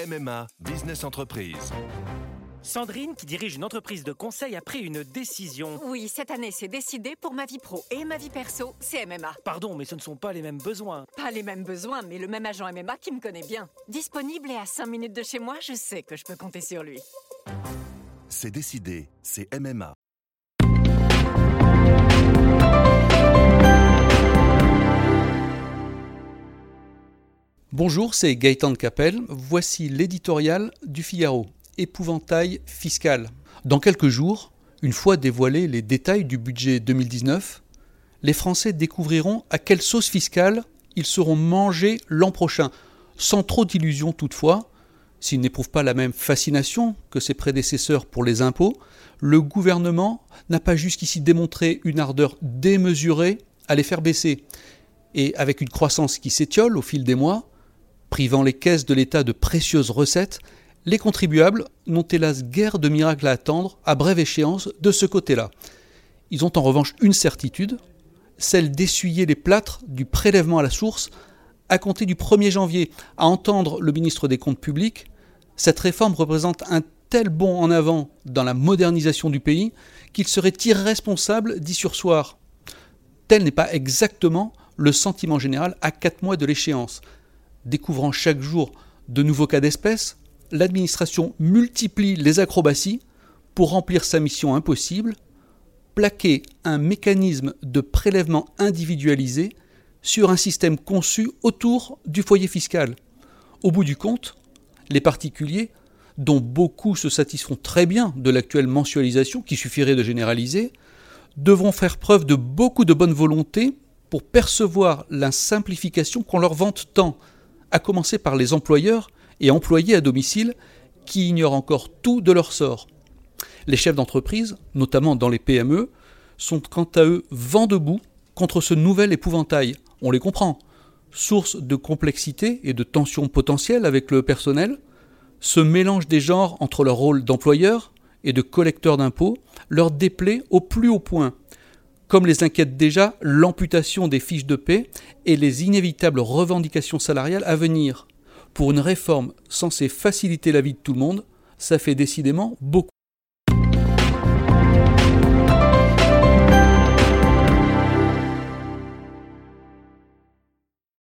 MMA Business Entreprise. Sandrine, qui dirige une entreprise de conseil, a pris une décision. Oui, cette année, c'est décidé pour ma vie pro et ma vie perso, c'est MMA. Pardon, mais ce ne sont pas les mêmes besoins. Pas les mêmes besoins, mais le même agent MMA qui me connaît bien. Disponible et à 5 minutes de chez moi, je sais que je peux compter sur lui. C'est décidé, c'est MMA. Bonjour, c'est Gaëtan de Capelle. Voici l'éditorial du Figaro. Épouvantail fiscal. Dans quelques jours, une fois dévoilés les détails du budget 2019, les Français découvriront à quelle sauce fiscale ils seront mangés l'an prochain. Sans trop d'illusions toutefois, s'ils n'éprouvent pas la même fascination que ses prédécesseurs pour les impôts, le gouvernement n'a pas jusqu'ici démontré une ardeur démesurée à les faire baisser. Et avec une croissance qui s'étiole au fil des mois, privant les caisses de l'État de précieuses recettes, les contribuables n'ont hélas guère de miracle à attendre à brève échéance de ce côté-là. Ils ont en revanche une certitude, celle d'essuyer les plâtres du prélèvement à la source à compter du 1er janvier. À entendre le ministre des Comptes publics, cette réforme représente un tel bond en avant dans la modernisation du pays qu'il serait irresponsable d'y surseoir. Tel n'est pas exactement le sentiment général à 4 mois de l'échéance. Découvrant chaque jour de nouveaux cas d'espèce, l'administration multiplie les acrobaties pour remplir sa mission impossible, plaquer un mécanisme de prélèvement individualisé sur un système conçu autour du foyer fiscal. Au bout du compte, les particuliers, dont beaucoup se satisferont très bien de l'actuelle mensualisation qui suffirait de généraliser, devront faire preuve de beaucoup de bonne volonté pour percevoir la simplification qu'on leur vante tant, à commencer par les employeurs et employés à domicile qui ignorent encore tout de leur sort. Les chefs d'entreprise, notamment dans les PME, sont quant à eux vent debout contre ce nouvel épouvantail. On les comprend. Source de complexité et de tensions potentielles avec le personnel, ce mélange des genres entre leur rôle d'employeur et de collecteur d'impôts leur déplaît au plus haut point. Comme les inquiète déjà l'amputation des fiches de paie et les inévitables revendications salariales à venir. Pour une réforme censée faciliter la vie de tout le monde, ça fait décidément beaucoup.